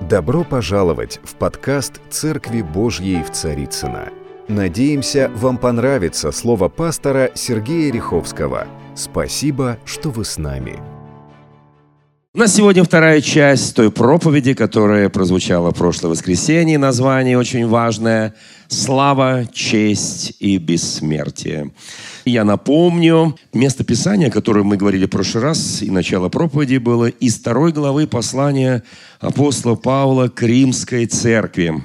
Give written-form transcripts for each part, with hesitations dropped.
Добро пожаловать в подкаст «Церкви Божьей в Царицыно». Надеемся, вам понравится слово пастора Сергея Риховского. Спасибо, что вы с нами. У нас сегодня вторая часть той проповеди, которая прозвучала в прошлое воскресенье. Название очень важное – «Слава, честь и бессмертие». Я напомню, место Писания, которое мы говорили в прошлый раз, и начало проповеди было из 2 главы послания апостола Павла к Римской церкви.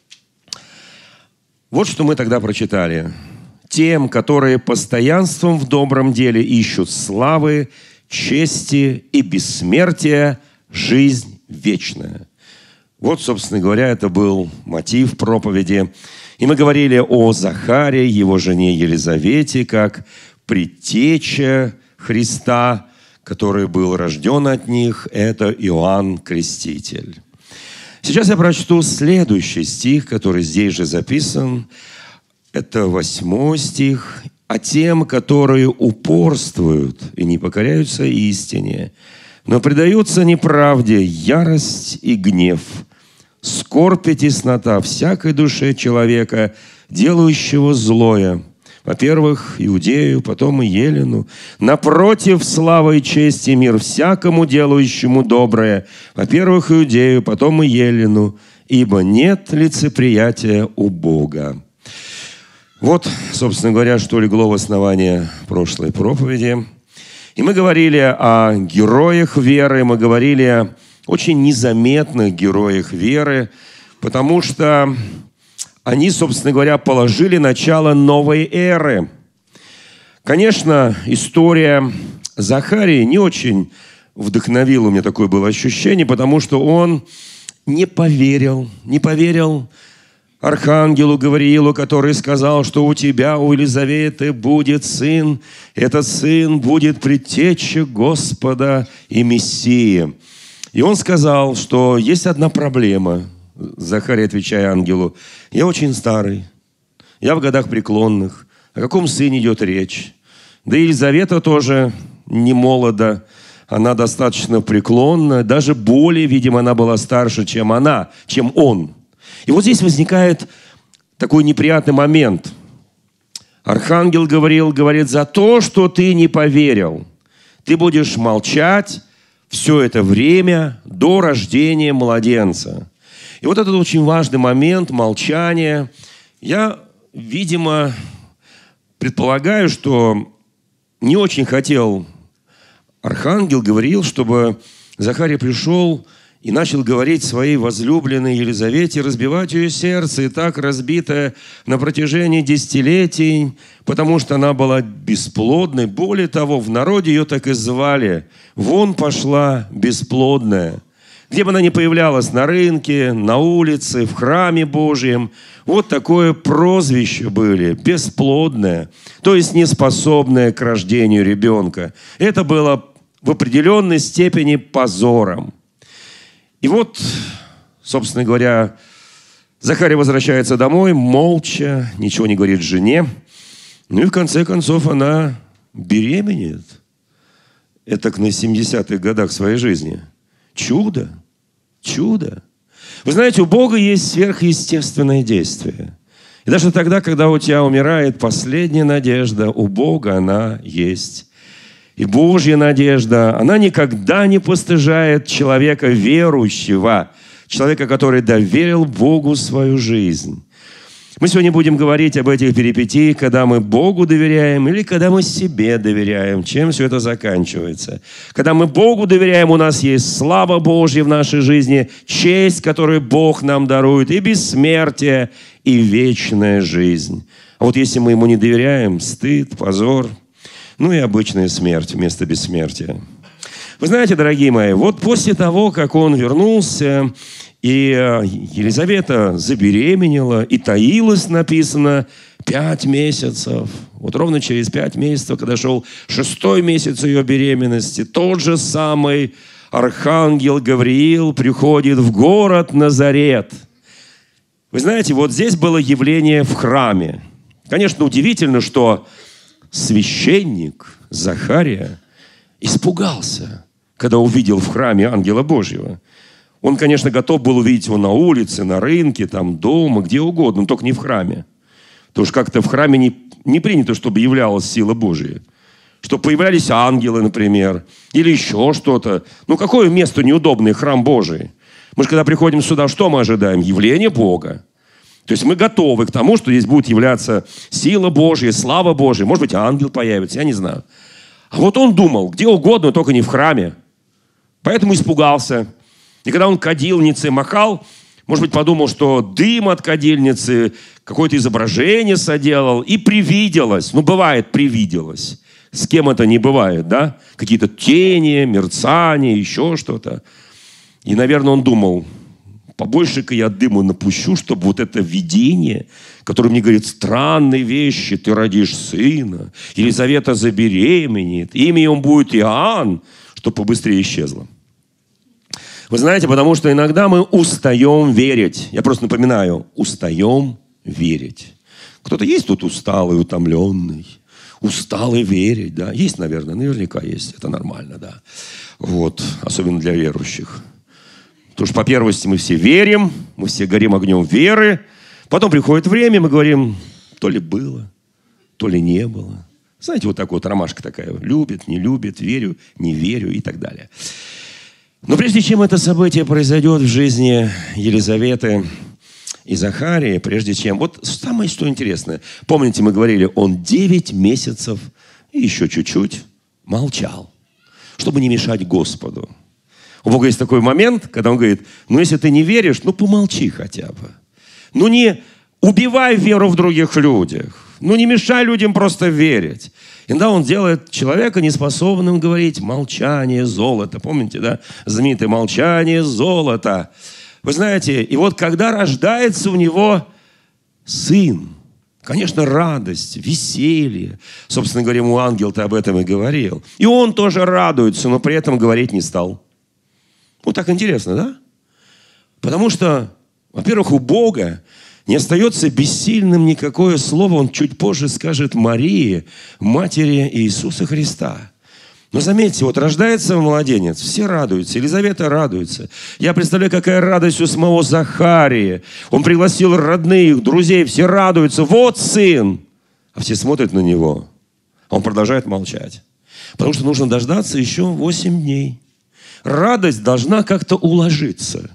Вот что мы тогда прочитали. «Тем, которые постоянством в добром деле ищут славы, чести и бессмертия, жизнь вечная». Вот, собственно говоря, это был мотив проповеди. И мы говорили о Захаре, его жене Елизавете, как предтеча Христа, который был рожден от них. Это Иоанн Креститель. Сейчас я прочту следующий стих, который здесь же записан. Это 8 стих. «А тем, которые упорствуют и не покоряются истине, но предаются неправде, ярость и гнев, скорбь и теснота всякой душе человека, делающего злое, во-первых, Иудею, потом и Елену. Напротив, слава и честь и мир всякому делающему доброе, во-первых, Иудею, потом и Елену, ибо нет лицеприятия у Бога». Вот, собственно говоря, что легло в основание прошлой проповеди. И мы говорили о героях веры, мы говорили о очень незаметных героях веры, потому что они, собственно говоря, положили начало новой эры. Конечно, история Захарии не очень вдохновила, у меня такое было ощущение, потому что он не поверил архангелу Гавриилу, который сказал, что у тебя, у Елизаветы, будет сын. Этот сын будет предтеча Господа и Мессии. И он сказал, что есть одна проблема. Захарий, отвечая ангелу: я очень старый, я в годах преклонных. О каком сыне идет речь? Да и Елизавета тоже не молода. Она достаточно преклонна. Даже более, видимо, она была старше, чем он. И вот здесь возникает такой неприятный момент. Архангел говорит: за то, что ты не поверил, ты будешь молчать все это время до рождения младенца. И вот этот очень важный момент молчания. Я, видимо, предполагаю, что не очень хотел архангел Гавриил, чтобы Захарий пришел и начал говорить своей возлюбленной Елизавете, разбивать ее сердце, и так разбитое на протяжении десятилетий, потому что она была бесплодной. Более того, в народе ее так и звали: «Вон пошла бесплодная». Где бы она ни появлялась, на рынке, на улице, в храме Божьем, вот такое прозвище были: бесплодная, то есть неспособная к рождению ребенка. Это было в определенной степени позором. И вот, собственно говоря, Захарий возвращается домой, молча, ничего не говорит жене. Ну и в конце концов она беременеет. Это на 70-х годах своей жизни. Чудо. Чудо. Вы знаете, у Бога есть сверхъестественное действие. И даже тогда, когда у тебя умирает последняя надежда, у Бога она есть. И Божья надежда, она никогда не постыжает человека верующего, человека, который доверил Богу свою жизнь. Мы сегодня будем говорить об этих перипетиях, когда мы Богу доверяем или когда мы себе доверяем, чем все это заканчивается. Когда мы Богу доверяем, у нас есть слава Божья в нашей жизни, честь, которую Бог нам дарует, и бессмертие, и вечная жизнь. А вот если мы Ему не доверяем, стыд, позор, ну и обычная смерть вместо бессмертия. Вы знаете, дорогие мои, вот после того, как он вернулся, и Елизавета забеременела, и таилась, написано, 5 месяцев. Вот ровно через 5 месяцев, когда шел 6-й месяц ее беременности, тот же самый архангел Гавриил приходит в город Назарет. Вы знаете, вот здесь было явление в храме. Конечно, удивительно, что священник Захария испугался, когда увидел в храме ангела Божьего. Он, конечно, готов был увидеть его на улице, на рынке, там, дома, где угодно, но только не в храме. Потому что как-то в храме не принято, чтобы являлась сила Божия. Что появлялись ангелы, например, или еще что-то. Ну, какое место неудобное, храм Божий? Мы же, когда приходим сюда, что мы ожидаем? Явление Бога. То есть мы готовы к тому, что здесь будет являться сила Божья, слава Божья. Может быть, ангел появится, я не знаю. А вот он думал, где угодно, только не в храме. Поэтому испугался. И когда он кадильницей махал, может быть, подумал, что дым от кадильницы, какое-то изображение соделал, и привиделось. Ну, бывает, привиделось. С кем это не бывает, да? Какие-то тени, мерцания, еще что-то. И, наверное, он думал, побольше-ка я дыму напущу, чтобы вот это видение, которое мне говорит странные вещи, ты родишь сына, Елизавета забеременеет, имя ему будет Иоанн, чтобы побыстрее исчезло. Вы знаете, потому что иногда мы устаем верить. Я просто напоминаю, устаем верить. Кто-то есть тут усталый, утомленный, усталый верить, да? Есть, наверное, наверняка есть, это нормально, да. Вот, особенно для верующих. Потому что по первости мы все верим, мы все горим огнем веры. Потом приходит время, мы говорим, то ли было, то ли не было. Знаете, вот так вот ромашка такая, любит, не любит, верю, не верю и так далее. Но прежде чем это событие произойдет в жизни Елизаветы и Захарии, прежде чем... Вот самое, что интересное. Помните, мы говорили, он 9 месяцев и еще чуть-чуть молчал, чтобы не мешать Господу. У Бога есть такой момент, когда Он говорит, ну, если ты не веришь, ну, помолчи хотя бы. Ну, не убивай веру в других людях. Ну, не мешай людям просто верить. Иногда Он делает человека неспособным говорить молчание золота. Помните, да? Знаменитое молчание золота. Вы знаете, и вот когда рождается у него сын, конечно, радость, веселье. Собственно говоря, ему ангел-то об этом и говорил. И он тоже радуется, но при этом говорить не стал. Вот так интересно, да? Потому что, во-первых, у Бога не остается бессильным никакое слово. Он чуть позже скажет Марии, матери Иисуса Христа. Но заметьте, вот рождается младенец, все радуются, Елизавета радуется. Я представляю, какая радость у самого Захарии. Он пригласил родных, друзей, все радуются. Вот сын! А все смотрят на него. А он продолжает молчать. Потому что нужно дождаться еще 8 дней. Радость должна как-то уложиться.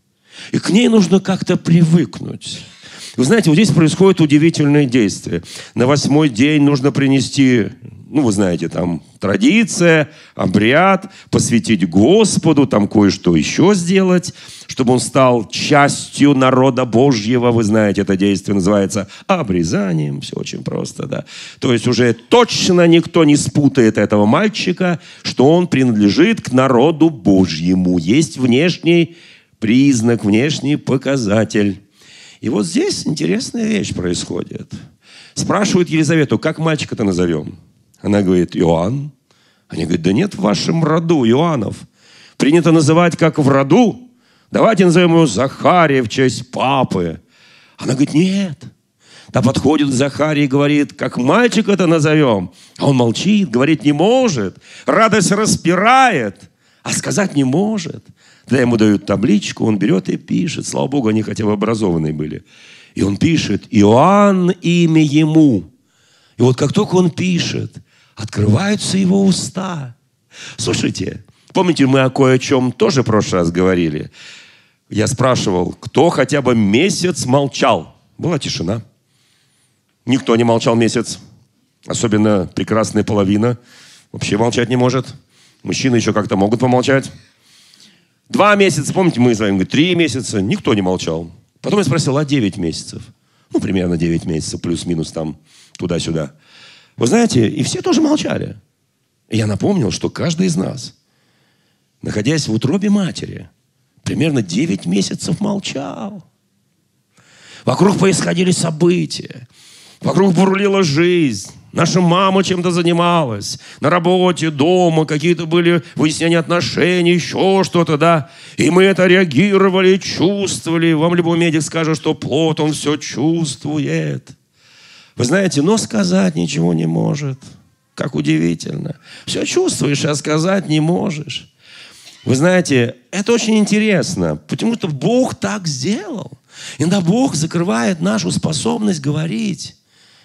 И к ней нужно как-то привыкнуть. Вы знаете, вот здесь происходит удивительное действие. На 8-й день нужно принести, ну, вы знаете, там традиция, обряд, посвятить Господу, там кое-что еще сделать, чтобы он стал частью народа Божьего. Вы знаете, это действие называется обрезанием. Все очень просто, да. То есть уже точно никто не спутает этого мальчика, что он принадлежит к народу Божьему. Есть внешний признак, внешний показатель. И вот здесь интересная вещь происходит. Спрашивают Елизавету, как мальчика-то назовем? Она говорит, Иоанн. Они говорят, да нет в вашем роду Иоаннов. Принято называть как в роду. Давайте назовем его Захария в честь папы. Она говорит, нет. Да подходит к Захарии и говорит, как мальчика-то назовем. А он молчит, говорить не может. Радость распирает, а сказать не может. Тогда ему дают табличку, он берет и пишет. Слава Богу, они хотя бы образованные были. И он пишет, Иоанн имя ему. И вот как только он пишет, открываются его уста. Слушайте, помните, мы о кое о чем тоже в прошлый раз говорили. Я спрашивал, кто хотя бы месяц молчал. Была тишина. Никто не молчал месяц. Особенно прекрасная половина. Вообще молчать не может. Мужчины еще как-то могут помолчать. 2 месяца, помните, мы с вами говорим, 3 месяца. Никто не молчал. Потом я спросил, а 9 месяцев? Ну, примерно 9 месяцев, плюс-минус там, туда-сюда. Вы знаете, и все тоже молчали. И я напомнил, что каждый из нас, находясь в утробе матери, примерно 9 месяцев молчал. Вокруг происходили события. Вокруг бурлила жизнь. Наша мама чем-то занималась. На работе, дома, какие-то были выяснения отношений, еще что-то, да. И мы это реагировали, чувствовали. Вам любой медик скажет, что плод, он все чувствует. Вы знаете, но сказать ничего не может. Как удивительно. Все чувствуешь, а сказать не можешь. Вы знаете, это очень интересно, потому что Бог так сделал. Иногда Бог закрывает нашу способность говорить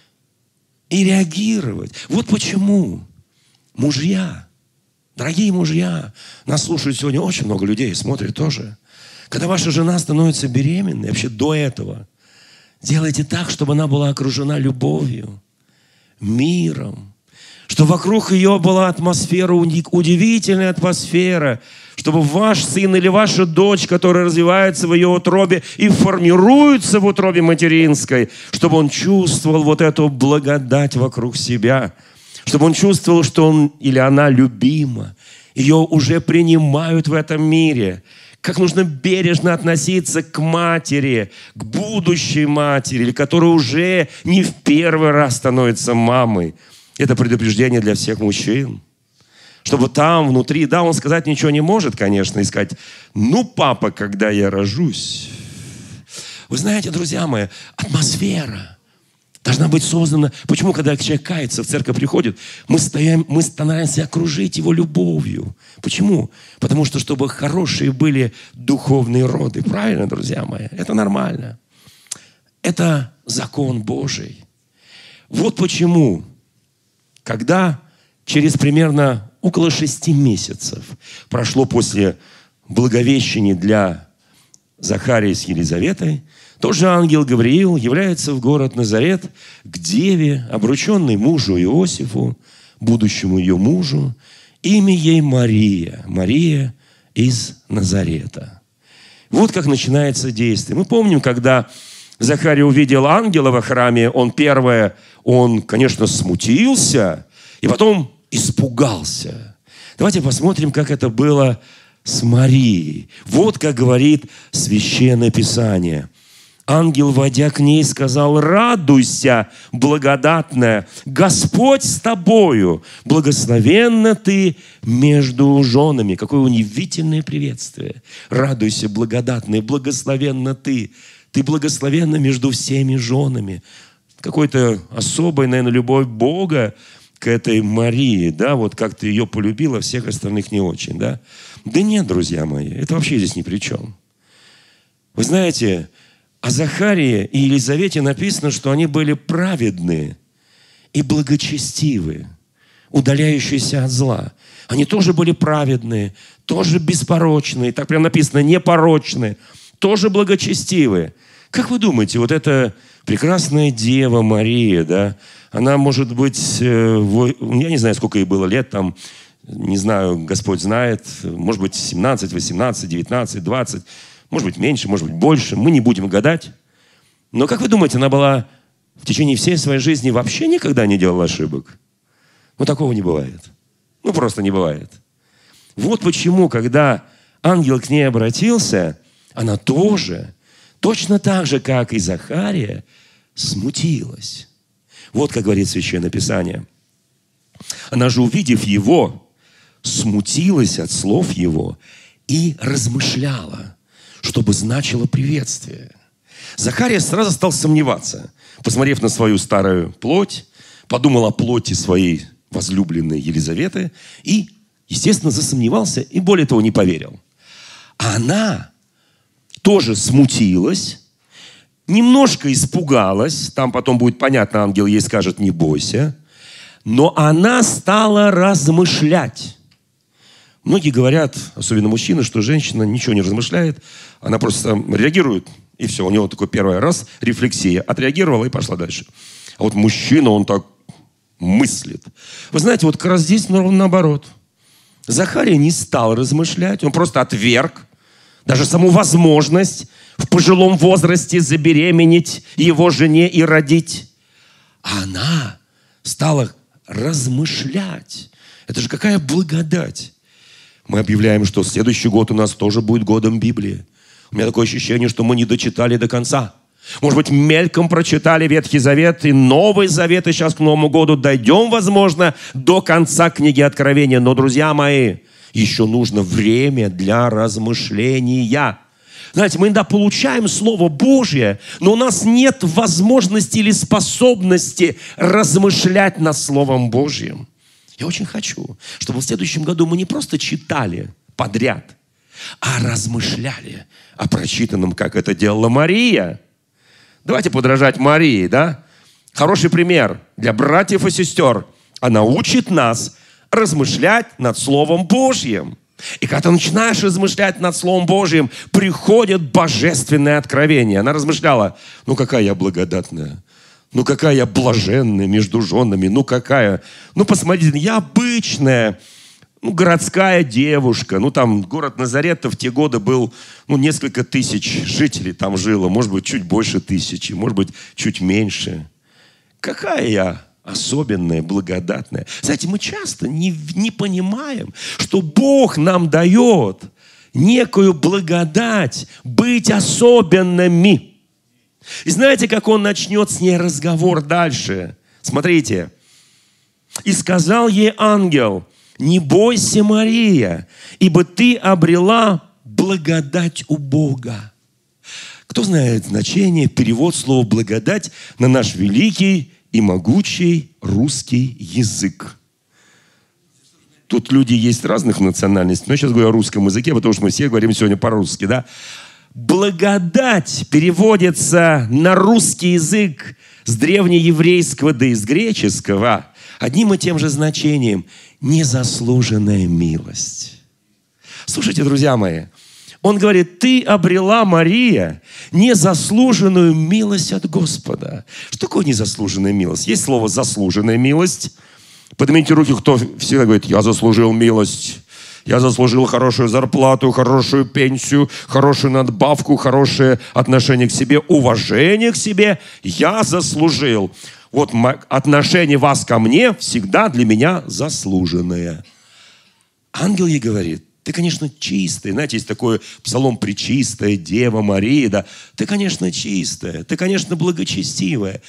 и реагировать. Вот почему мужья, дорогие мужья, нас слушают сегодня очень много людей, смотрят тоже. Когда ваша жена становится беременной, вообще до этого, делайте так, чтобы она была окружена любовью, миром, чтобы вокруг ее была атмосфера, удивительная атмосфера, чтобы ваш сын или ваша дочь, которая развивается в ее утробе и формируется в утробе материнской, чтобы он чувствовал вот эту благодать вокруг себя, чтобы он чувствовал, что он или она любима, ее уже принимают в этом мире. Как нужно бережно относиться к матери, к будущей матери, которая уже не в первый раз становится мамой. Это предупреждение для всех мужчин. Чтобы там, внутри, да, он сказать ничего не может, конечно, и сказать, ну, папа, когда я рожусь. Вы знаете, друзья мои, атмосфера должна быть создана. Почему, когда человек кается, в церковь приходит, мы стараемся окружить его любовью. Почему? Потому что, чтобы хорошие были духовные роды. Правильно, друзья мои? Это нормально. Это закон Божий. Вот почему, когда через примерно около 6 месяцев прошло после благовещения для Захарии с Елизаветой, тот же ангел Гавриил является в город Назарет к деве, обрученной мужу Иосифу, будущему ее мужу. Имя ей Мария. Мария из Назарета. Вот как начинается действие. Мы помним, когда Захария увидел ангела во храме, он, конечно, смутился, и потом испугался. Давайте посмотрим, как это было с Марией. Вот как говорит Священное Писание. Ангел, войдя к ней, сказал: «Радуйся, благодатная, Господь с тобою, благословенна ты между женами». Какое удивительное приветствие. Радуйся, благодатная, благословенна ты. Ты благословенна между всеми женами. Какой-то особой, наверное, любовь Бога к этой Марии, да, вот как ты ее полюбила, всех остальных не очень, да? Да нет, друзья мои, это вообще здесь ни при чем. Вы знаете, о Захарии и Елизавете написано, что они были праведные и благочестивые, удаляющиеся от зла. Они тоже были праведные, тоже беспорочные, так прям написано, непорочные, тоже благочестивые. Как вы думаете, вот эта прекрасная Дева Мария, да, она, может быть, я не знаю, сколько ей было лет, там, не знаю, Господь знает, может быть, 17, 18, 19, 20, может быть, меньше, может быть, больше, мы не будем гадать. Но, как вы думаете, она была в течение всей своей жизни вообще никогда не делала ошибок? Ну, такого не бывает. Ну, просто не бывает. Вот почему, когда ангел к ней обратился, она тоже, точно так же, как и Захария, смутилась. Вот как говорит Священное Писание. Она же, увидев его, смутилась от слов его и размышляла, чтобы значило приветствие. Захария сразу стал сомневаться, посмотрев на свою старую плоть, подумал о плоти своей возлюбленной Елизаветы и, естественно, засомневался и, более того, не поверил. А она тоже смутилась, немножко испугалась, там потом будет понятно, ангел ей скажет: не бойся, но она стала размышлять. Многие говорят, особенно мужчины, что женщина ничего не размышляет, она просто реагирует, и все, у него такой первый раз рефлексия, отреагировала и пошла дальше. А вот мужчина, он так мыслит. Вы знаете, вот как раз здесь ровно наоборот. Захария не стал размышлять, он просто отверг даже саму возможность в пожилом возрасте забеременеть его жене и родить. А она стала размышлять. Это же какая благодать. Мы объявляем, что следующий год у нас тоже будет годом Библии. У меня такое ощущение, что мы не дочитали до конца. Может быть, мельком прочитали Ветхий Завет и Новый Завет, и сейчас к Новому году дойдем, возможно, до конца книги Откровения. Но, друзья мои, еще нужно время для размышления. Знаете, мы иногда получаем Слово Божье, но у нас нет возможности или способности размышлять над Словом Божьим. Я очень хочу, чтобы в следующем году мы не просто читали подряд, а размышляли о прочитанном, как это делала Мария. Давайте подражать Марии, да? Хороший пример для братьев и сестер. Она учит нас размышлять над Словом Божьим. И когда ты начинаешь размышлять над Словом Божьим, приходит божественное откровение. Она размышляла, ну какая я благодатная, ну какая я блаженная между женами, ну какая. Ну посмотрите, я обычная, городская девушка. Там город Назарет-то в те годы был, несколько тысяч жителей там жило. Может быть, чуть больше тысячи, может быть, чуть меньше. Какая я особенная, благодатная. Знаете, мы часто не понимаем, что Бог нам дает некую благодать быть особенными. И знаете, как Он начнет с ней разговор дальше? Смотрите. «И сказал ей ангел: не бойся, Мария, ибо ты обрела благодать у Бога». Кто знает значение, перевод слова «благодать» на наш великий и могучий русский язык? Тут люди есть разных национальностей, но я сейчас говорю о русском языке, потому что мы все говорим сегодня по-русски, да? Благодать переводится на русский язык с древнееврейского, да и с греческого одним и тем же значением – незаслуженная милость. Слушайте, друзья мои, он говорит: ты обрела, Мария, незаслуженную милость от Господа. Что такое незаслуженная милость? Есть слово «заслуженная милость». Поднимите руки, кто всегда говорит: я заслужил милость. Я заслужил хорошую зарплату, хорошую пенсию, хорошую надбавку, хорошее отношение к себе, уважение к себе. Я заслужил. Вот отношение вас ко мне всегда для меня заслуженное. Ангел ей говорит: ты, конечно, чистая. Знаете, есть такой псалом «Пречистая Дева Мария». Да? Ты, конечно, чистая, ты, конечно, благочестивая.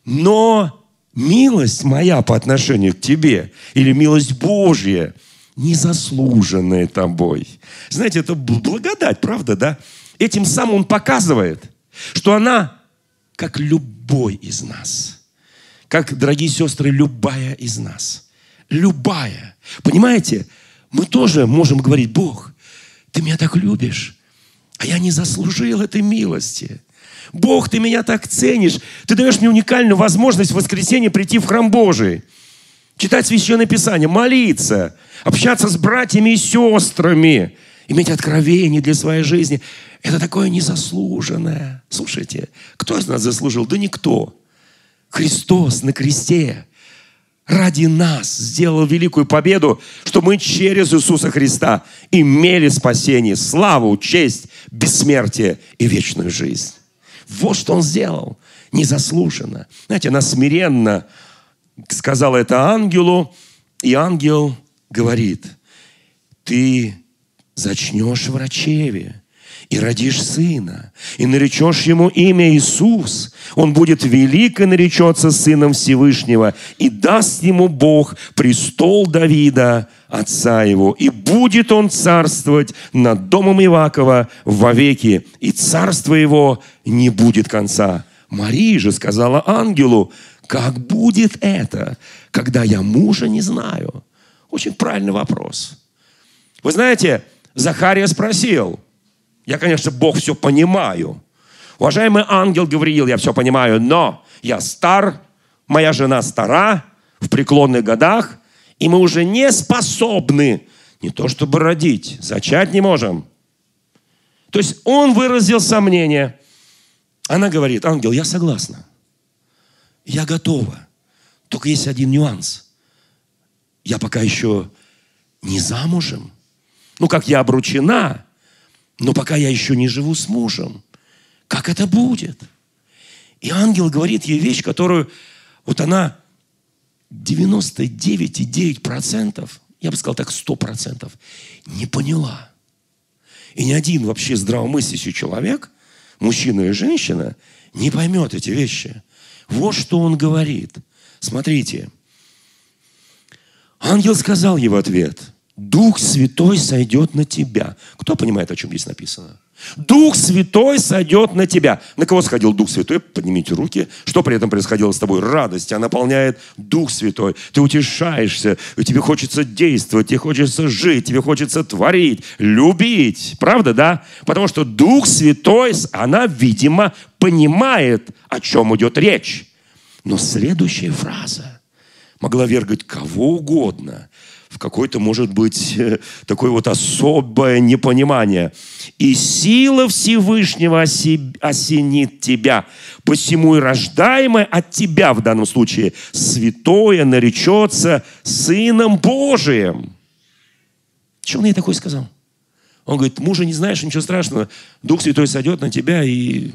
Но милость моя по отношению к тебе, или милость Божья, незаслуженная тобой. Знаете, это благодать, правда, да? Этим самым он показывает, что она, как любой из нас, как, дорогие сестры, любая из нас. Любая. Понимаете? Мы тоже можем говорить: Бог, ты меня так любишь, а я не заслужил этой милости. Бог, ты меня так ценишь, ты даешь мне уникальную возможность в воскресенье прийти в храм Божий, читать Священное Писание, молиться, общаться с братьями и сестрами, иметь откровение для своей жизни. Это такое незаслуженное. Слушайте, кто из нас заслужил? Да никто. Христос на кресте ради нас сделал великую победу, что мы через Иисуса Христа имели спасение, славу, честь, бессмертие и вечную жизнь. Вот что Он сделал незаслуженно. Знаете, она смиренно сказала это ангелу, и ангел говорит: ты зачнешь в рачеве и родишь сына, и наречешь ему имя Иисус. Он будет велик и наречется сыном Всевышнего, и даст ему Бог престол Давида, отца его, и будет он царствовать над домом Иакова вовеки, и царство его не будет конца. Мария же сказала ангелу: как будет это, когда я мужа не знаю? Очень правильный вопрос. Вы знаете, Захария спросил. Я, конечно, Бог все понимаю. Уважаемый ангел Гавриил, я все понимаю, но я стар, моя жена стара, в преклонных годах, и мы уже не способны не то чтобы родить, зачать не можем. То есть он выразил сомнение. Она говорит: ангел, я согласна. Я готова. Только есть один нюанс. Я пока еще не замужем. Как я обручена, но пока я еще не живу с мужем. Как это будет? И ангел говорит ей вещь, которую вот она 99,9%, я бы сказал так, 100%, не поняла. И ни один вообще здравомыслящий человек, мужчина и женщина, не поймет эти вещи. Вот что он говорит. Смотрите. Ангел сказал ей в ответ: Дух Святой сойдет на тебя. Кто понимает, о чем здесь написано? Дух Святой сойдет на тебя. На кого сходил Дух Святой? Поднимите руки. Что при этом происходило с тобой? Радость тебя наполняет Дух Святой. Ты утешаешься, и тебе хочется действовать, тебе хочется жить, тебе хочется творить, любить. Правда, да? Потому что Дух Святой, она, видимо, понимает, о чем идет речь. Но следующая фраза могла вергать кого угодно в какое-то, может быть, такое вот особое непонимание. «И сила Всевышнего осенит тебя, посему и рождаемое от тебя, в данном случае, святое наречется Сыном Божиим». Что он ей такое сказал? Он говорит: мужа не знаешь, ничего страшного, Дух Святой сойдет на тебя, и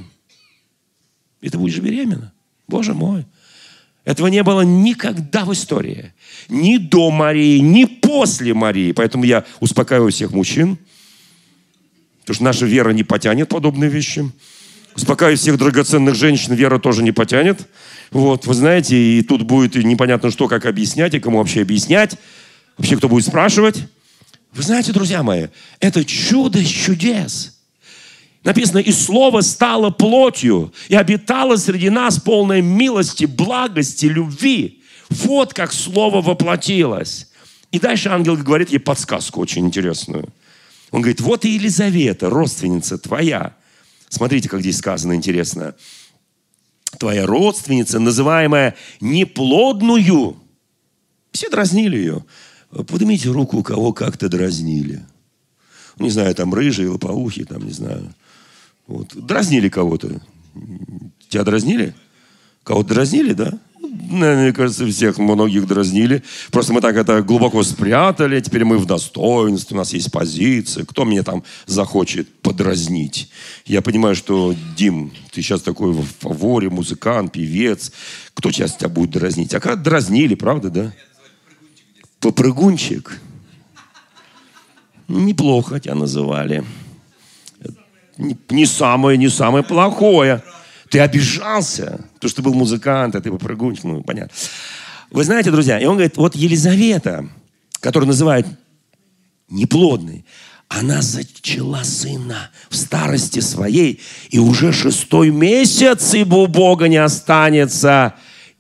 ты будешь беременна. Боже мой! Этого не было никогда в истории. Ни до Марии, ни после Марии. Поэтому я успокаиваю всех мужчин, потому что наша вера не потянет подобные вещи. Успокаиваю всех драгоценных женщин, вера тоже не потянет. Вот, вы знаете, и тут будет непонятно что, как объяснять, и кому вообще объяснять. Вообще, кто будет спрашивать. Вы знаете, друзья мои, это чудо чудес. Написано: «И Слово стало плотью, и обитало среди нас полной милости, благости, любви». Вот как Слово воплотилось. И дальше ангел говорит ей подсказку очень интересную. Он говорит: вот и Елизавета, родственница твоя. Смотрите, как здесь сказано интересно. Твоя родственница, называемая неплодную. Все дразнили ее. Поднимите руку, у кого как-то дразнили. Не знаю, там рыжие, лопоухие, там, не знаю. Вот. Дразнили кого-то. Тебя дразнили? Кого-то дразнили, да? Мне кажется, всех, многих дразнили. Просто мы так это глубоко спрятали. Теперь мы в достоинстве, у нас есть позиция. Кто меня там захочет подразнить? Я понимаю, что, Дим, ты сейчас такой в фаворе, музыкант, певец. Кто сейчас тебя будет дразнить? А когда дразнили, правда, да? Попрыгунчик. Неплохо тебя называли. Не самое плохое. Ты обижался, потому что ты был музыкант, а ты попрыгунчик. Ну, понятно. Вы знаете, друзья, и он говорит: вот Елизавета, которую называют неплодной, она зачала сына в старости своей, и уже 6-й месяц, ибо у Бога не останется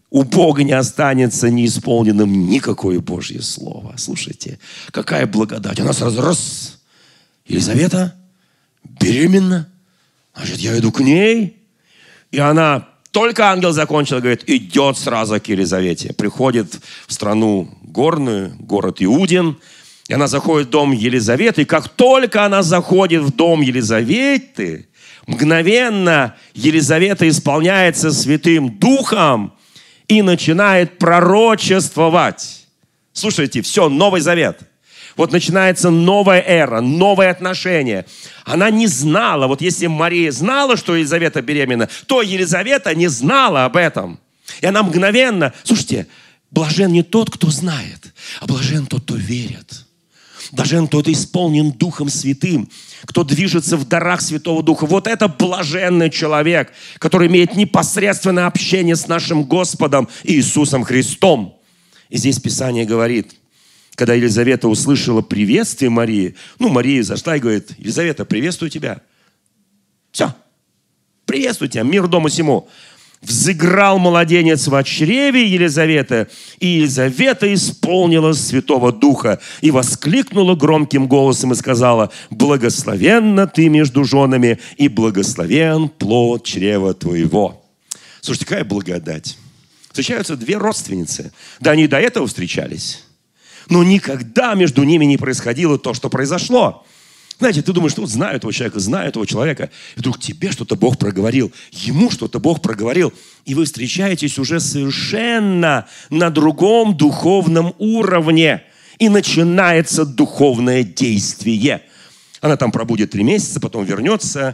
неисполненным никакое Божье слово. Слушайте, какая благодать. Она сразу раз. Елизавета беременна. Значит, я иду к ней. И она, только ангел закончил, говорит, идет сразу к Елизавете. Приходит в страну горную, город Иудин. И она заходит в дом Елизаветы. И как только она заходит в дом Елизаветы, мгновенно Елизавета исполняется Святым Духом и начинает пророчествовать. Слушайте, все, Новый Завет. Вот начинается новая эра, новые отношения. Она не знала, вот если Мария знала, что Елизавета беременна, то Елизавета не знала об этом. И она мгновенно... Слушайте, блажен не тот, кто знает, а блажен тот, кто верит. Блажен тот, кто исполнен Духом Святым, кто движется в дарах Святого Духа. Вот это блаженный человек, который имеет непосредственное общение с нашим Господом Иисусом Христом. И здесь Писание говорит, когда Елизавета услышала приветствие Марии, Мария зашла и говорит: Елизавета, приветствую тебя. Все, приветствую тебя, мир дому сему. Взыграл младенец в чреве Елизаветы, и Елизавета исполнила Святого Духа и воскликнула громким голосом и сказала: благословенна ты между женами, и благословен плод чрева твоего. Слушайте, какая благодать. Встречаются две родственницы. Да, они до этого встречались. Но никогда между ними не происходило то, что произошло. Знаете, ты думаешь, что вот знаю этого человека, и вдруг тебе что-то Бог проговорил, ему что-то Бог проговорил, и вы встречаетесь уже совершенно на другом духовном уровне, и начинается духовное действие. Она там пробудет 3 месяца, потом вернется.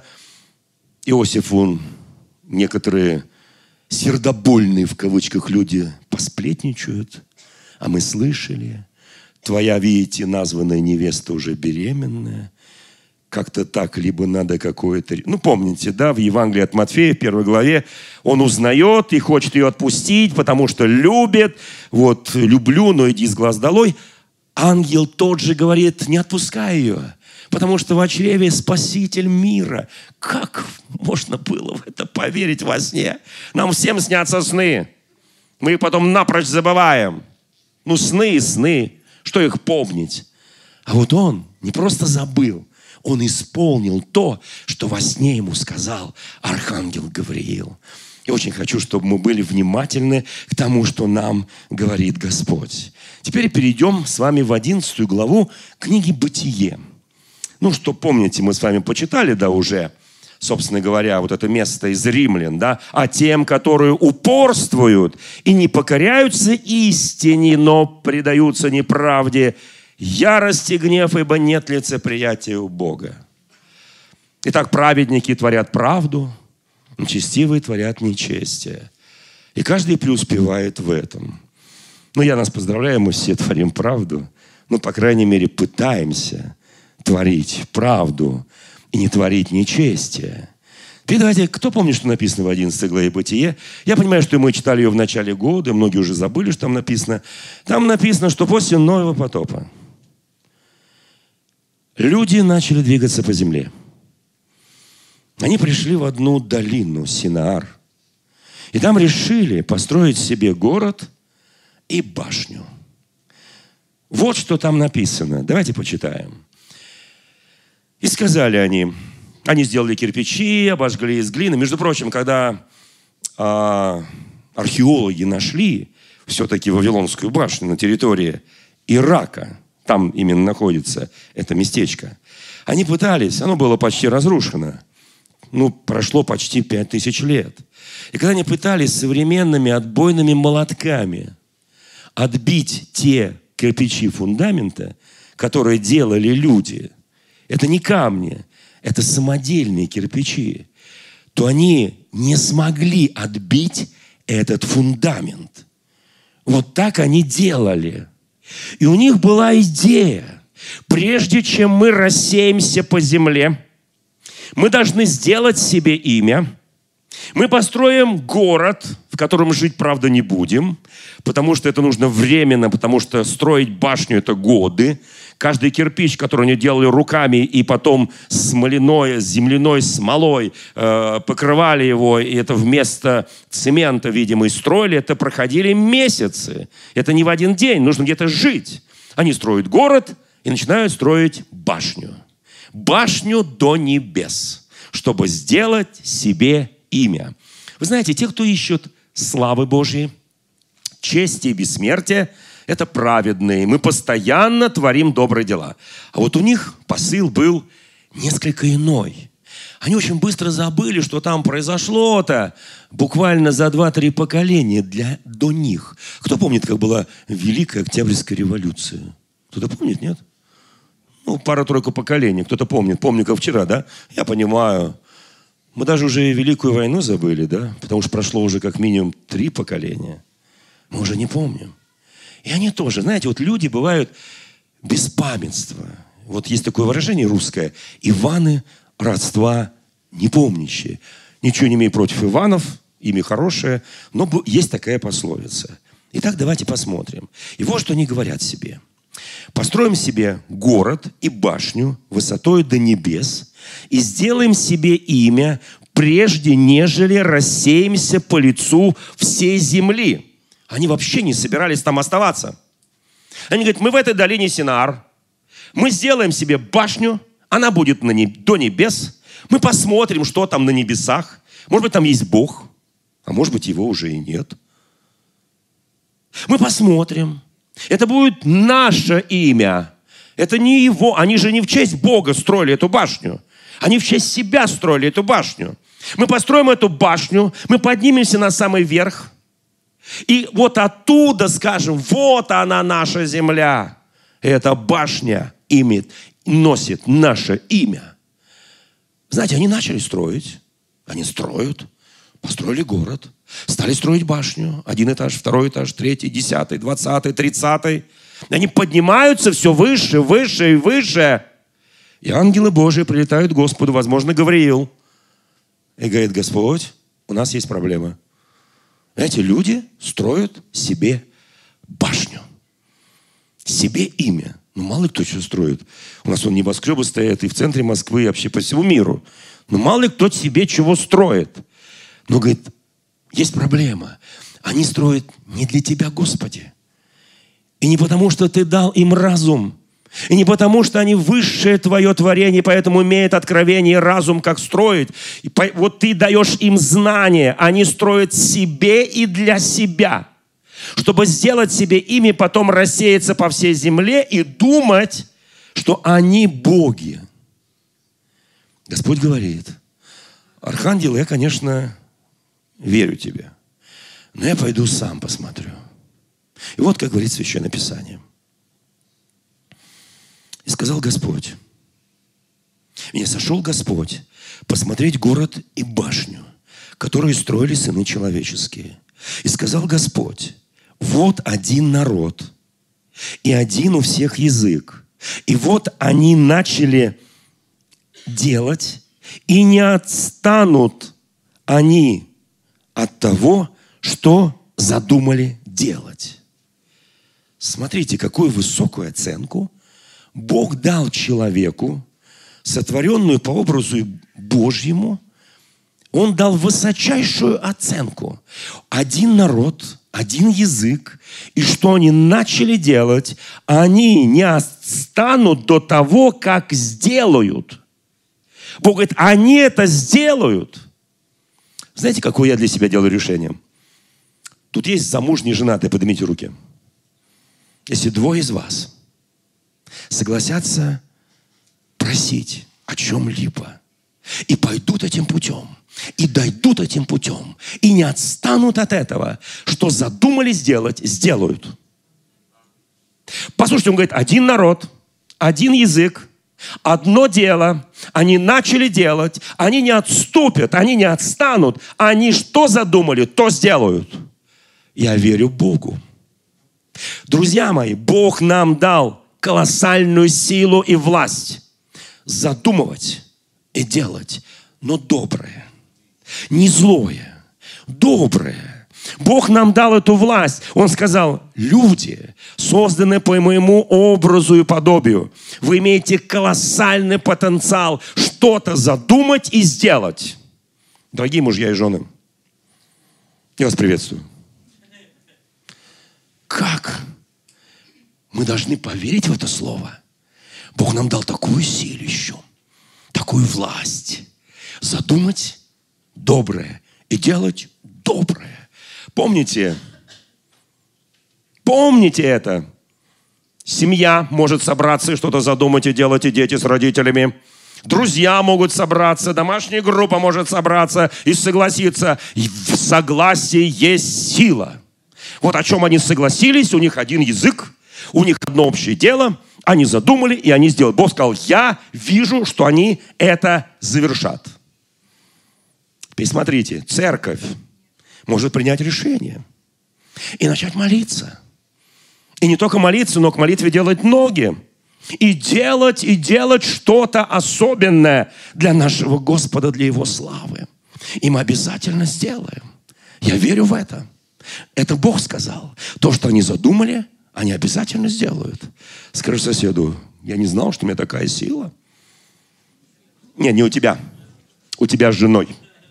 Иосифу некоторые сердобольные, в кавычках, люди посплетничают, а мы слышали... Твоя, видите, названная невеста уже беременная. Как-то так, либо надо какое-то... помните, да, в Евангелии от Матфея, в 1 главе, он узнает и хочет ее отпустить, потому что любит. Вот, люблю, но иди с глаз долой. ангел тот же говорит: не отпускай ее, потому что в чреве Спаситель мира. Как можно было в это поверить во сне? Нам всем снятся сны. Мы их потом напрочь забываем. Ну, сны и сны. Что их помнить? А вот он не просто забыл, он исполнил то, что во сне ему сказал архангел Гавриил. Я очень хочу, чтобы мы были внимательны к тому, что нам говорит Господь. Теперь перейдем с вами в 11 главу книги «Бытие». Ну, что помните, мы с вами почитали, да, уже, собственно говоря, вот это место из Римлян, да, «А тем, которые упорствуют и не покоряются истине, но предаются неправде, ярость и гнев, ибо нет лицеприятия у Бога». Итак, праведники творят правду, нечестивые творят нечестие. И каждый преуспевает в этом. Ну, я нас поздравляю, мы все творим правду. Ну, по крайней мере, пытаемся творить правду и не творить нечестие. Теперь давайте, кто помнит, что написано в 11 главе «Бытие»? Я понимаю, что мы читали ее в начале года, многие уже забыли, что там написано. Там написано, что после Ноева потопа люди начали двигаться по земле. Они пришли в одну долину, Синаар. И там решили построить себе город и башню. Вот что там написано. Давайте почитаем. «И сказали они сделали кирпичи, обожгли из глины». Между прочим, когда археологи нашли все-таки Вавилонскую башню на территории Ирака, там именно находится это местечко, они пытались, оно было почти разрушено. Ну, прошло почти 5000 лет. И когда они пытались современными отбойными молотками отбить те кирпичи фундамента, которые делали люди, это не камни, это самодельные кирпичи, то они не смогли отбить этот фундамент. Вот так они делали. И у них была идея: прежде чем мы рассеемся по земле, мы должны сделать себе имя. Мы построим город, в котором жить, правда, не будем, потому что это нужно временно, потому что строить башню – это годы. Каждый кирпич, который они делали руками и потом земляной смолой покрывали его, и это вместо цемента, видимо, и строили, это проходили месяцы. Это не в один день, нужно где-то жить. Они строят город и начинают строить башню. Башню до небес, чтобы сделать себе имя. Вы знаете, те, кто ищут славы Божьей, чести и бессмертия, это праведные. Мы постоянно творим добрые дела. А вот у них посыл был несколько иной. Они очень быстро забыли, что там произошло-то буквально за 2-3 поколения до них. Кто помнит, как была Великая Октябрьская революция? Кто-то помнит, нет? Ну, пара-тройку поколений. Кто-то помнит. Помню, как вчера, да? Я понимаю. Мы даже уже Великую войну забыли, да? Потому что прошло уже как минимум 3 поколения. Мы уже не помним. И они тоже. Знаете, вот люди бывают без памятства. Вот есть такое выражение русское: Иваны родства не помнящие. Ничего не имею против Иванов, имя хорошее, но есть такая пословица. Итак, давайте посмотрим. И вот что они говорят себе. Построим себе город и башню высотой до небес и сделаем себе имя, прежде нежели рассеемся по лицу всей земли. Они вообще не собирались там оставаться. Они говорят: мы в этой долине Синаар, мы сделаем себе башню, она будет до небес, мы посмотрим, что там на небесах. Может быть, там есть Бог, а может быть, его уже и нет. Мы посмотрим. Это будет наше имя. Это не его. Они же не в честь Бога строили эту башню. Они в честь себя строили эту башню. Мы построим эту башню, мы поднимемся на самый верх. И вот оттуда скажем: вот она, наша земля. Эта башня носит наше имя. Знаете, они начали строить. Они строят. Построили город. Стали строить башню. 1 этаж, 2 этаж, 3, 10, 20, 30. Они поднимаются все выше, выше и выше. И ангелы Божии прилетают к Господу, возможно, Гавриил. И говорит: Господь, у нас есть проблема. Эти люди строят себе башню. Себе имя. Мало ли кто что строит. У нас небоскребы стоят и в центре Москвы, и вообще по всему миру. Мало ли кто себе чего строит. Но, говорит, есть проблема. Они строят не для Тебя, Господи. И не потому, что Ты дал им разум. И не потому, что они высшее Твое творение, поэтому имеют откровение и разум, как строить. И вот Ты даешь им знания. Они строят себе и для себя. Чтобы сделать себе имя, потом рассеяться по всей земле и думать, что они боги. Господь говорит, архангел, я, конечно, верю тебе, но я пойду сам посмотрю. И вот, как говорит Священное Писание. И сказал Господь, и сошел Господь посмотреть город и башню, которые строили сыны человеческие. И сказал Господь, вот один народ, и один у всех язык. И вот они начали делать, и не отстанут они от того, что задумали делать. Смотрите, какую высокую оценку Бог дал человеку, сотворенную по образу Божьему. Он дал высочайшую оценку. Один народ, один язык. И что они начали делать, они не отстанут до того, как сделают. Бог говорит, они это сделают. Знаете, какое я для себя делаю решение? Тут есть замужние и женатые, поднимите руки. Если двое из вас согласятся просить о чем-либо и пойдут этим путем, и дойдут этим путем, и не отстанут от этого, что задумали сделать, сделают. Послушайте, он говорит, один народ, один язык, одно дело, они начали делать, они не отступят, они не отстанут, они что задумали, то сделают. Я верю Богу. Друзья мои, Бог нам дал колоссальную силу и власть задумывать и делать, но доброе, не злое, доброе. Бог нам дал эту власть. Он сказал, люди, созданные по моему образу и подобию, вы имеете колоссальный потенциал что-то задумать и сделать. Дорогие мужья и жены, я вас приветствую. Как мы должны поверить в это слово? Бог нам дал такую силищу, такую власть задумать доброе и делать доброе. Помните это. Семья может собраться и что-то задумать и делать, и дети с родителями. Друзья могут собраться, домашняя группа может собраться и согласиться. И в согласии есть сила. Вот о чем они согласились, у них один язык, у них одно общее дело, они задумали, и они сделали. Бог сказал, я вижу, что они это завершат. Теперь смотрите, церковь может принять решение и начать молиться. И не только молиться, но к молитве делать ноги. И делать что-то особенное для нашего Господа, для Его славы. И мы обязательно сделаем. Я верю в это. Это Бог сказал. То, что они задумали, они обязательно сделают. Скажи соседу, я не знал, что у меня такая сила. Нет, не у тебя. У тебя с женой.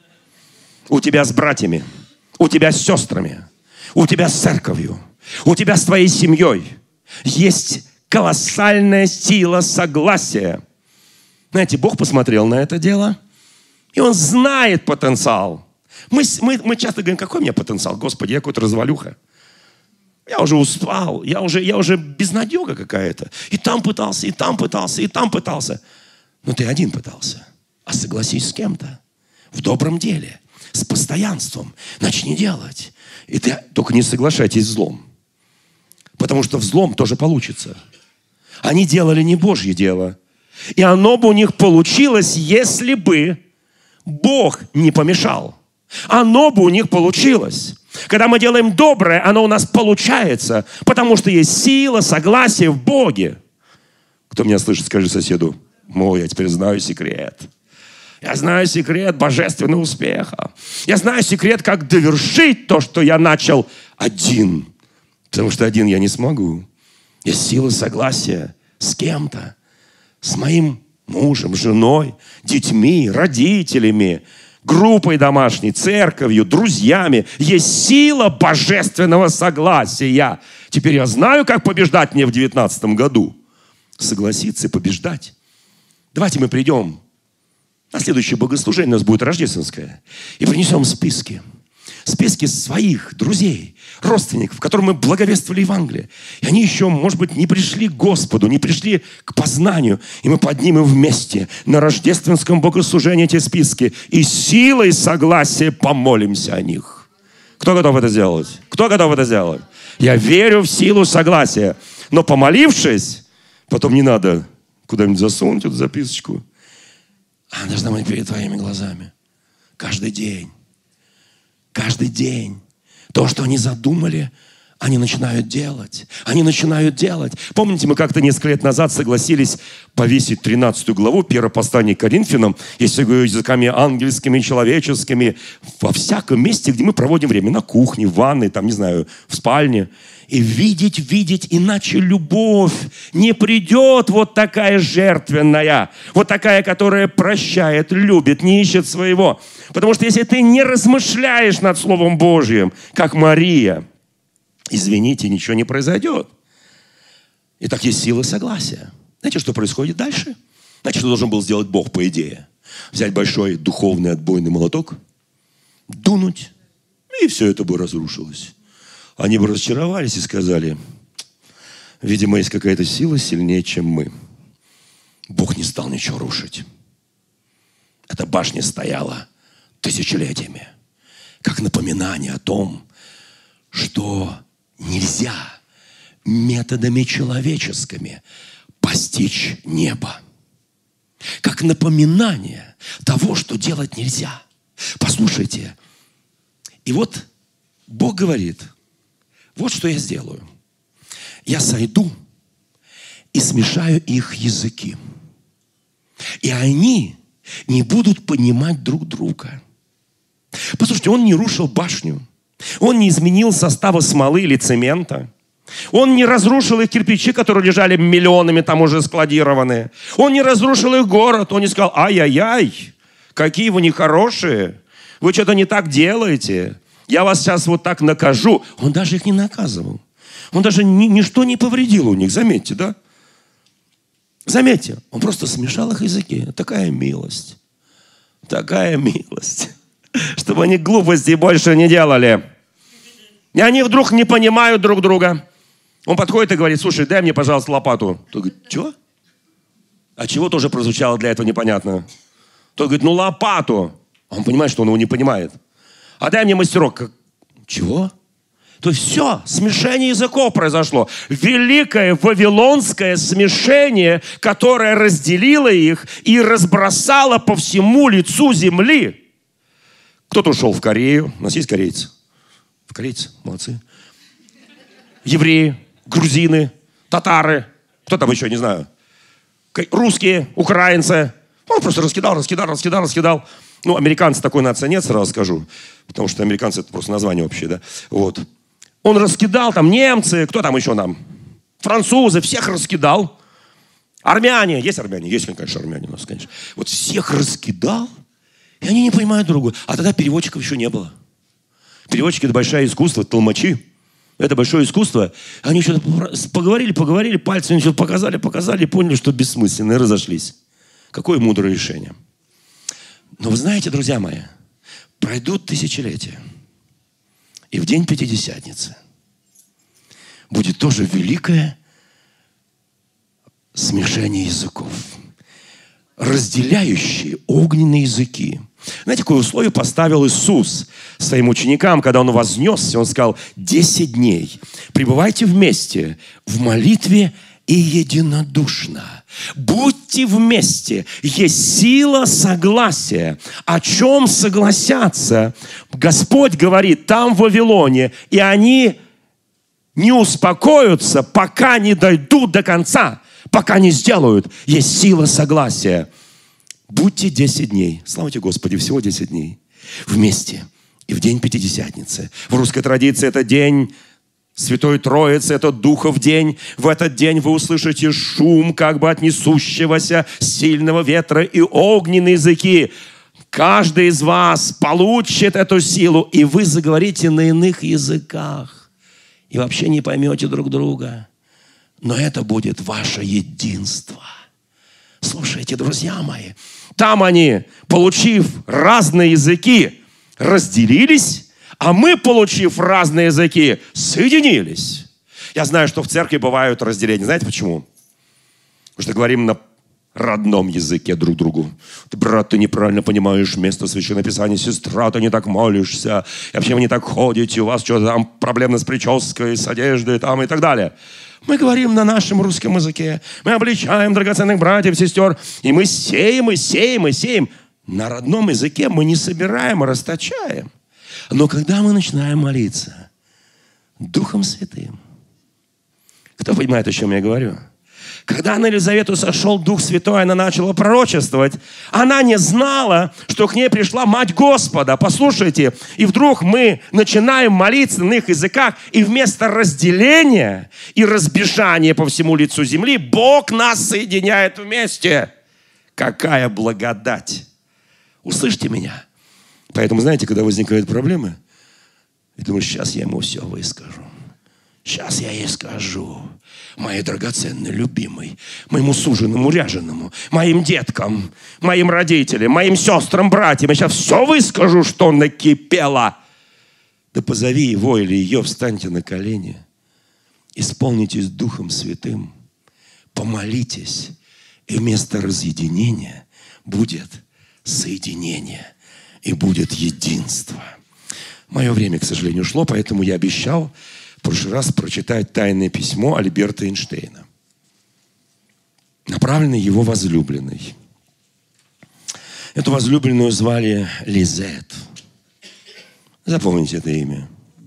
У тебя с братьями. У тебя с сестрами. У тебя с церковью. У тебя с твоей семьей. Есть колоссальная сила согласия. Знаете, Бог посмотрел на это дело, и Он знает потенциал. Мы часто говорим, какой у меня потенциал? Господи, я какой-то развалюха. Я уже устал, я уже безнадега какая-то. И там пытался, и там пытался, и там пытался. Но ты один пытался. А согласись с кем-то. В добром деле. С постоянством. Начни делать. И ты только не соглашайтесь с злом. Потому что в злом тоже получится. Они делали не Божье дело. И оно бы у них получилось, если бы Бог не помешал. Оно бы у них получилось. Когда мы делаем доброе, оно у нас получается. Потому что есть сила, согласие в Боге. Кто меня слышит, скажи соседу. Мой, я теперь знаю секрет. Я знаю секрет божественного успеха. Я знаю секрет, как довершить то, что я начал один. Потому что один я не смогу. Есть сила согласия с кем-то, с моим мужем, женой, детьми, родителями, группой домашней, церковью, друзьями. Есть сила божественного согласия. Теперь я знаю, как побеждать мне в 2019 году. Согласиться и побеждать. Давайте мы придем на следующее богослужение, у нас будет рождественское, и принесем списки. Списки своих друзей, родственников, которым мы благовествовали Евангелие. И они еще, может быть, не пришли к Господу, не пришли к познанию. И мы поднимем вместе на рождественском богослужении эти списки и силой согласия помолимся о них. Кто готов это сделать? Кто готов это сделать? Я верю в силу согласия. Но помолившись, потом не надо куда-нибудь засунуть эту записочку. Она должна быть перед твоими глазами. Каждый день. Каждый день. То, что они задумали, они начинают делать. Они начинают делать. Помните, мы как-то несколько лет назад согласились повесить 13 главу 1 послания к Коринфянам, если говорю языками ангельскими, человеческими, во всяком месте, где мы проводим время. На кухне, в ванной, там, не знаю, в спальне. И видеть, иначе любовь не придет вот такая жертвенная, вот такая, которая прощает, любит, не ищет своего. Потому что если ты не размышляешь над Словом Божьим, как Мария, извините, ничего не произойдет. Итак, есть сила согласия. Знаете, что происходит дальше? Знаете, что должен был сделать Бог, по идее? Взять большой духовный отбойный молоток, дунуть, и все это бы разрушилось. Они бы разочаровались и сказали: видимо, есть какая-то сила сильнее, чем мы. Бог не стал ничего рушить. Эта башня стояла тысячелетиями, как напоминание о том, что нельзя методами человеческими постичь небо. Как напоминание того, что делать нельзя. Послушайте. И вот Бог говорит: вот что я сделаю. Я сойду и смешаю их языки. И они не будут понимать друг друга. Послушайте, он не рушил башню. Он не изменил состава смолы или цемента. Он не разрушил их кирпичи, которые лежали миллионами там уже складированные. Он не разрушил их город. Он не сказал: ай-яй-яй, какие вы нехорошие. Вы что-то не так делаете. Я вас сейчас вот так накажу. Он даже их не наказывал. Он даже ничто не повредил у них. Заметьте, да? Заметьте, он просто смешал их языки. Такая милость. Такая милость. Чтобы они глупостей больше не делали. И они вдруг не понимают друг друга. Он подходит и говорит: слушай, дай мне, пожалуйста, лопату. Тот говорит: чего? А чего тоже прозвучало для этого непонятно? Тот говорит: ну лопату. Он понимает, что он его не понимает. А дай мне мастерок. Чего? То есть все, смешение языков произошло. Великое вавилонское смешение, которое разделило их и разбросало по всему лицу земли. Кто-то ушел в Корею. У нас есть корейцы? В корейцы? Молодцы. Евреи, грузины, татары. Кто там еще, не знаю. Русские, украинцы. Он просто раскидал. Ну, американцы такой нации нет, сразу скажу. Потому что американцы — это просто название общее, да. Вот. Он раскидал, там немцы, кто там еще нам? Французы, всех раскидал. Армяне. Есть армяне? Есть, конечно, армяне у нас, конечно. Вот всех раскидал, и они не понимают друг друга. А тогда переводчиков еще не было. Переводчики — это большое искусство, толмачи. Это большое искусство. Они что-то поговорили, пальцами что-то показали, и поняли, что бессмысленно, и разошлись. Какое мудрое решение. Но вы знаете, друзья мои, пройдут тысячелетия, и в день Пятидесятницы будет тоже великое смешение языков, разделяющие огненные языки. Знаете, какое условие поставил Иисус своим ученикам, когда Он вознесся? Он сказал: 10 дней пребывайте вместе в молитве и единодушно. Будьте вместе. Есть сила согласия. О чем согласятся? Господь говорит там в Вавилоне, и они не успокоятся, пока не дойдут до конца, пока не сделают. Есть сила согласия. Будьте 10 дней. Слава тебе, Господи, всего 10 дней. Вместе. И в день Пятидесятницы. В русской традиции это день Святой Троицы – это Духов день. В этот день вы услышите шум как бы от несущегося сильного ветра и огненные языки. Каждый из вас получит эту силу, и вы заговорите на иных языках. И вообще не поймете друг друга. Но это будет ваше единство. Слушайте, друзья мои, там они, получив разные языки, разделились, а мы, получив разные языки, соединились. Я знаю, что в церкви бывают разделения. Знаете почему? Потому что говорим на родном языке друг другу. Брат, ты неправильно понимаешь место Священного Писания. Сестра, ты не так молишься. И вообще вы не так ходите. У вас что-то там проблемно с прической, с одеждой там, и так далее. Мы говорим на нашем русском языке. Мы обличаем драгоценных братьев, сестер. И мы сеем, и сеем, и сеем. На родном языке мы не собираем, а расточаем. Но когда мы начинаем молиться Духом Святым, кто понимает, о чем я говорю? Когда на Елизавету сошел Дух Святой, она начала пророчествовать. Она не знала, что к ней пришла Мать Господа. Послушайте, и вдруг мы начинаем молиться на их языках, и вместо разделения и разбежания по всему лицу земли Бог нас соединяет вместе. Какая благодать! Услышьте меня. Поэтому, знаете, когда возникают проблемы, я думаю, сейчас я ему все выскажу. Сейчас я ей скажу, моей драгоценной, любимой, моему суженому, ряженому, моим деткам, моим родителям, моим сестрам, братьям. Я сейчас все выскажу, что накипело. Да позови его или ее, встаньте на колени, исполнитесь Духом Святым, помолитесь, и вместо разъединения будет соединение, и будет единство. Мое время, к сожалению, ушло, поэтому я обещал в прошлый раз прочитать тайное письмо Альберта Эйнштейна, направленное его возлюбленной. Эту возлюбленную звали Лизет. Запомните это имя.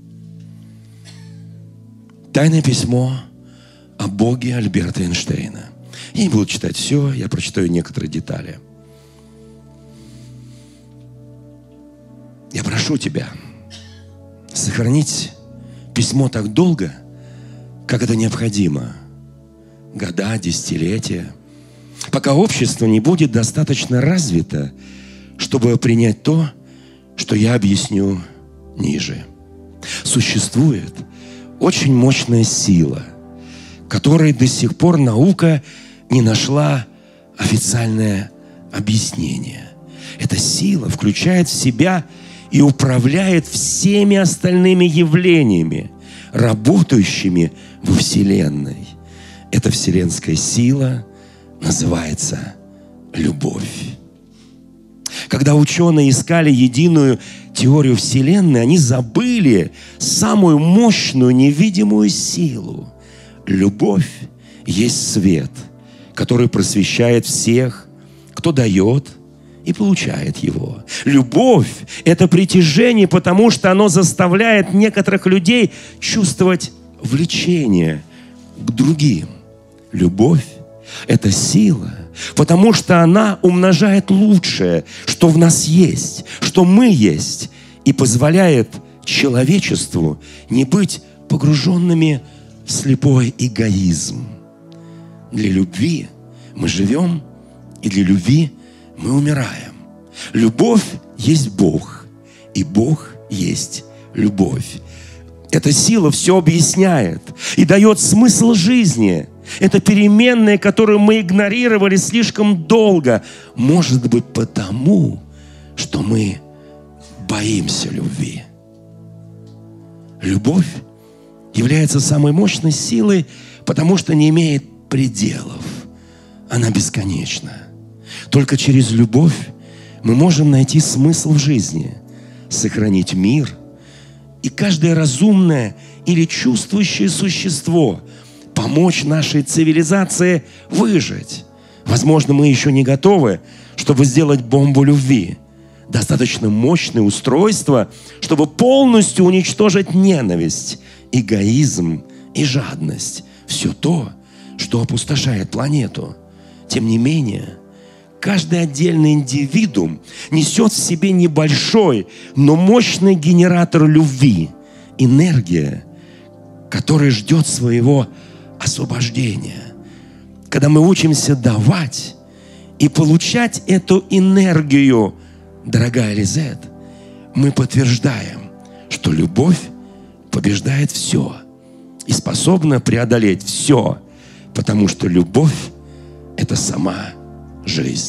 Тайное письмо о Боге Альберта Эйнштейна. Я не буду читать все, я прочитаю некоторые детали. Я прошу тебя сохранить письмо так долго, как это необходимо. Года, десятилетия. Пока общество не будет достаточно развито, чтобы принять то, что я объясню ниже. Существует очень мощная сила, которой до сих пор наука не нашла официальное объяснение. Эта сила включает в себя и управляет всеми остальными явлениями, работающими во Вселенной. Эта вселенская сила называется любовь. Когда ученые искали единую теорию Вселенной, они забыли самую мощную невидимую силу. Любовь есть свет, который просвещает всех, кто дает и получает его. Любовь – это притяжение, потому что оно заставляет некоторых людей чувствовать влечение к другим. Любовь – это сила, потому что она умножает лучшее, что в нас есть, что мы есть, и позволяет человечеству не быть погруженными в слепой эгоизм. Для любви мы живем, и для любви мы умираем. Любовь есть Бог, и Бог есть любовь. Эта сила все объясняет и дает смысл жизни. Это переменная, которую мы игнорировали слишком долго. Может быть, потому, что мы боимся любви. Любовь является самой мощной силой, потому что не имеет пределов. Она бесконечна. Только через любовь мы можем найти смысл в жизни, сохранить мир. И каждое разумное или чувствующее существо помочь нашей цивилизации выжить. Возможно, мы еще не готовы, чтобы сделать бомбу любви. Достаточно мощное устройство, чтобы полностью уничтожить ненависть, эгоизм и жадность. Все то, что опустошает планету. Тем не менее, каждый отдельный индивидуум несет в себе небольшой, но мощный генератор любви. Энергия, который ждет своего освобождения. Когда мы учимся давать и получать эту энергию, дорогая Лизет, мы подтверждаем, что любовь побеждает все и способна преодолеть все, потому что любовь – это сама жизнь.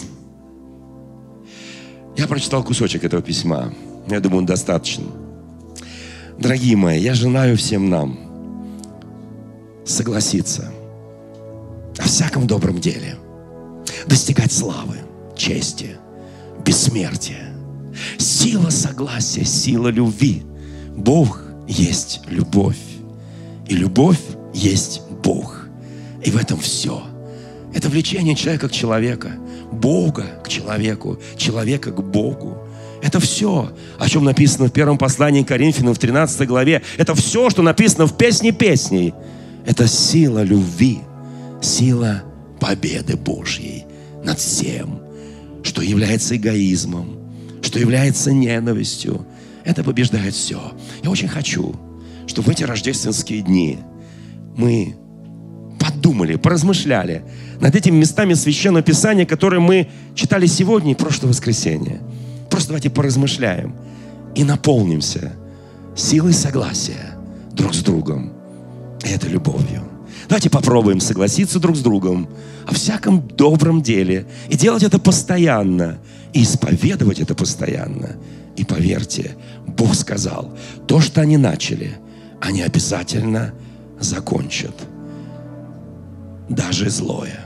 Я прочитал кусочек этого письма. Я думаю, он достаточно. Дорогие мои, я желаю всем нам согласиться о всяком добром деле, достигать славы, чести, бессмертия. Сила согласия, сила любви. Бог есть любовь. И любовь есть Бог. И в этом все. Это влечение человека к человеку, Бога к человеку, человека к Богу. Это все, о чем написано в первом послании к Коринфянам в 13 главе. Это все, что написано в «Песне песней». Это сила любви, сила победы Божьей над всем, что является эгоизмом, что является ненавистью. Это побеждает все. Я очень хочу, чтобы в эти рождественские дни мы подумали, поразмышляли над этими местами Священного Писания, которые мы читали сегодня и прошлое воскресенье. Просто давайте поразмышляем и наполнимся силой согласия друг с другом. И это любовью. Давайте попробуем согласиться друг с другом о всяком добром деле и делать это постоянно, и исповедовать это постоянно. И поверьте, Бог сказал, то, что они начали, они обязательно закончат. Даже злое.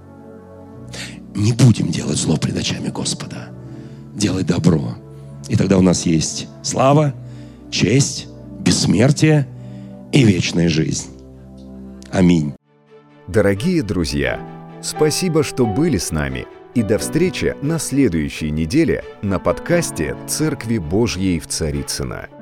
Не будем делать зло пред очами Господа. Делать добро. И тогда у нас есть слава, честь, бессмертие и вечная жизнь. Аминь. Дорогие друзья, спасибо, что были с нами. И до встречи на следующей неделе на подкасте «Церкви Божьей в Царицыно».